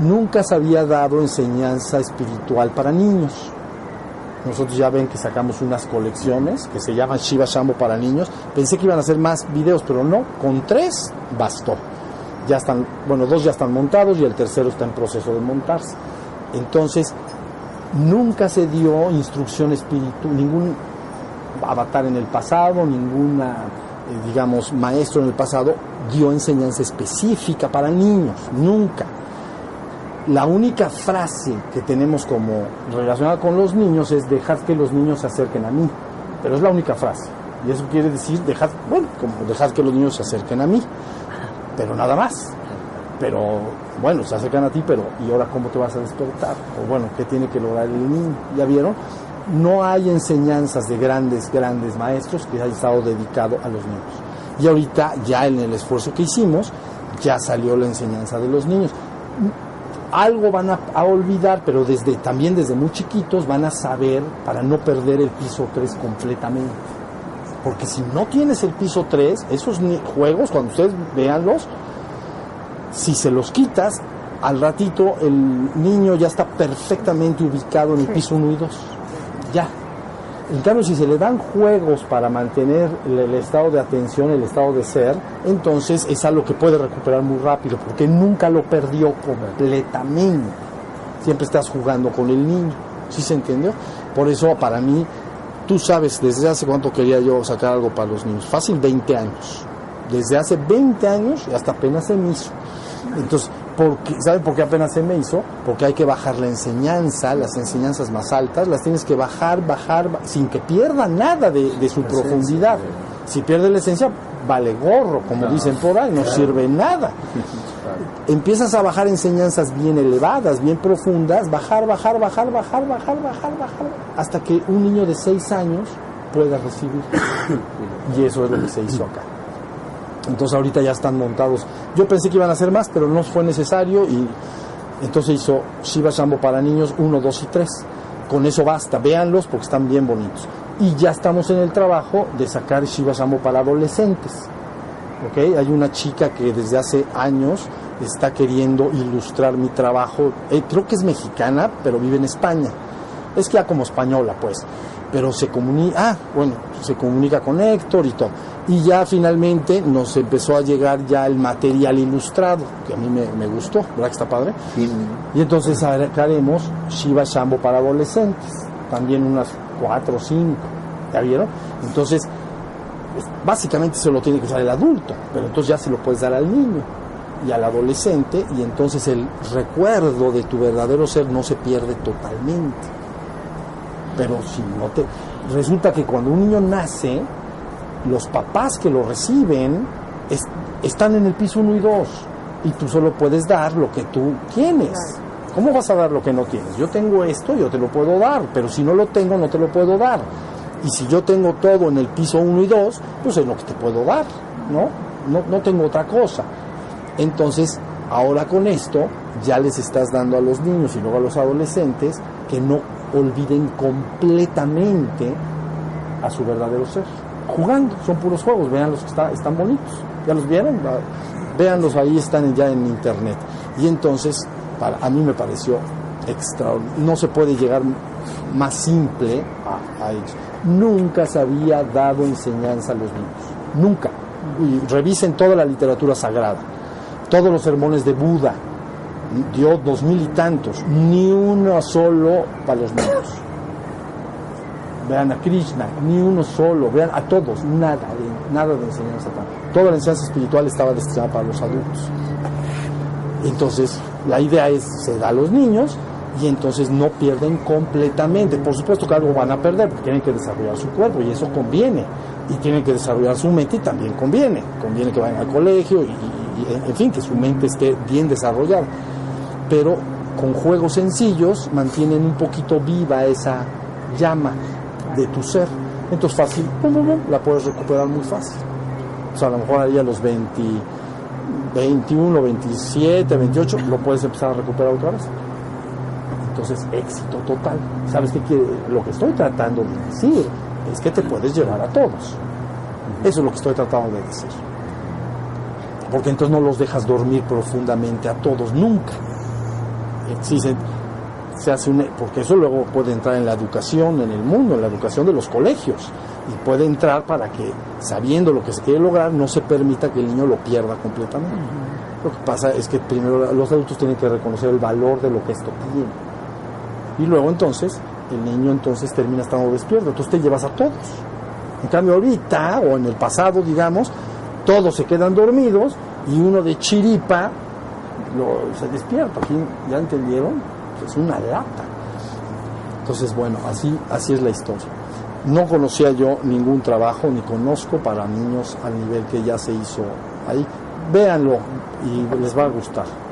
nunca se había dado enseñanza espiritual para niños. Nosotros ya ven que sacamos unas colecciones que se llaman Shiva Shambho para niños. Pensé que iban a hacer más videos, pero no, con 3 bastó. Ya están, bueno, 2 ya están montados y el tercero está en proceso de montarse. Entonces, nunca se dio instrucción espiritual, ningún avatar en el pasado, ninguna, digamos, maestro en el pasado dio enseñanza específica para niños, nunca. La única frase que tenemos como relacionada con los niños es dejar que los niños se acerquen a mí, pero es la única frase, y eso quiere decir dejar que los niños se acerquen a mí, pero nada más. Pero bueno, se acercan a ti, pero ¿y ahora cómo te vas a despertar? O bueno, ¿qué tiene que lograr el niño? ¿Ya vieron? No hay enseñanzas de grandes maestros que hayan estado dedicados a los niños. Y ahorita, ya en el esfuerzo que hicimos, ya salió la enseñanza de los niños. Algo van a olvidar, pero también desde muy chiquitos van a saber para no perder el piso 3 completamente. Porque si no tienes el piso 3, esos juegos, cuando ustedes véanlos, si se los quitas, al ratito el niño ya está perfectamente ubicado en el piso 1 y 2. Ya. En cambio, si se le dan juegos para mantener el estado de atención, el estado de ser, entonces es algo que puede recuperar muy rápido, porque nunca lo perdió completamente. Siempre estás jugando con el niño. ¿Sí se entendió? Por eso, para mí, tú sabes, desde hace cuánto quería yo sacar algo para los niños. Fácil, 20 años. Desde hace 20 años y hasta apenas se me hizo. Entonces, ¿saben por qué apenas se me hizo? Porque hay que bajar la enseñanza, las enseñanzas más altas, las tienes que bajar, sin que pierda nada de su profundidad. Si pierde la esencia, vale gorro, como dicen por ahí, no sirve nada. Empiezas a bajar enseñanzas bien elevadas, bien profundas, bajar, hasta que un niño de 6 años pueda recibir. Y eso es lo que se hizo acá. Entonces ahorita ya están montados. Yo pensé que iban a hacer más, pero no fue necesario, y entonces hizo Shiva Shambho para niños 1, 2 y 3. Con eso basta, véanlos porque están bien bonitos. Y ya estamos en el trabajo de sacar Shiva Shambho para adolescentes. ¿Okay? Hay una chica que desde hace años está queriendo ilustrar mi trabajo. Creo que es mexicana, pero vive en España. Es que ya como española, pues. Pero se comunica con Héctor y todo. Y ya finalmente nos empezó a llegar ya el material ilustrado, que a mí me gustó, ¿verdad que está padre? Sí. Y entonces haremos Shiva Shambho para adolescentes, también unas 4 o 5, ¿ya vieron? Entonces, básicamente se lo tiene que usar el adulto, pero entonces ya se lo puedes dar al niño y al adolescente, y entonces el recuerdo de tu verdadero ser no se pierde totalmente. Pero si no resulta que cuando un niño nace, los papás que lo reciben están en el piso 1 y 2, y tú solo puedes dar lo que tú tienes. ¿Cómo vas a dar lo que no tienes? Yo tengo esto, yo te lo puedo dar, pero si no lo tengo, no te lo puedo dar. Y si yo tengo todo en el piso 1 y 2, pues es lo que te puedo dar, no tengo otra cosa. Entonces, ahora con esto, ya les estás dando a los niños y luego a los adolescentes que no olviden completamente a su verdadero ser. Jugando, son puros juegos, vean los que están bonitos. ¿Ya los vieron? Véanlos, ahí están ya en internet. Y entonces, a mí me pareció extraordinario. No se puede llegar más simple a ellos. Nunca se había dado enseñanza a los niños. Nunca. Y revisen toda la literatura sagrada. Todos los sermones de Buda. Dio 2000 y tantos. Ni uno solo para los niños. Vean a Krishna, ni uno solo, vean a todos, nada de enseñanza. Toda la enseñanza espiritual estaba destinada para los adultos. Entonces, la idea es, se da a los niños, y entonces no pierden completamente. Por supuesto que algo van a perder, porque tienen que desarrollar su cuerpo, y eso conviene. Y tienen que desarrollar su mente, y también conviene. Conviene que vayan al colegio, y en fin, que su mente esté bien desarrollada. Pero con juegos sencillos mantienen un poquito viva esa llama de tu ser. Entonces fácil, la puedes recuperar muy fácil. O sea, a lo mejor ahí a los 21, 27, 28 lo puedes empezar a recuperar otra vez. Entonces, éxito total. ¿Sabes qué quiere? Lo que estoy tratando de decir es que te puedes llevar a todos. Eso es lo que estoy tratando de decir. Porque entonces no los dejas dormir profundamente a todos, nunca. se hace porque eso luego puede entrar en la educación, en el mundo, en la educación de los colegios, y puede entrar para que, sabiendo lo que se quiere lograr, no se permita que el niño lo pierda completamente. Lo que pasa es que primero los adultos tienen que reconocer el valor de lo que esto tiene, y luego entonces el niño entonces termina estando despierto, entonces te llevas a todos. En cambio ahorita, o en el pasado digamos, todos se quedan dormidos y uno de chiripa se despierta. Aquí, ¿ya entendieron? Es una lata. Entonces, bueno, así es la historia. No conocía yo ningún trabajo, ni conozco para niños al nivel que ya se hizo ahí. Véanlo y les va a gustar.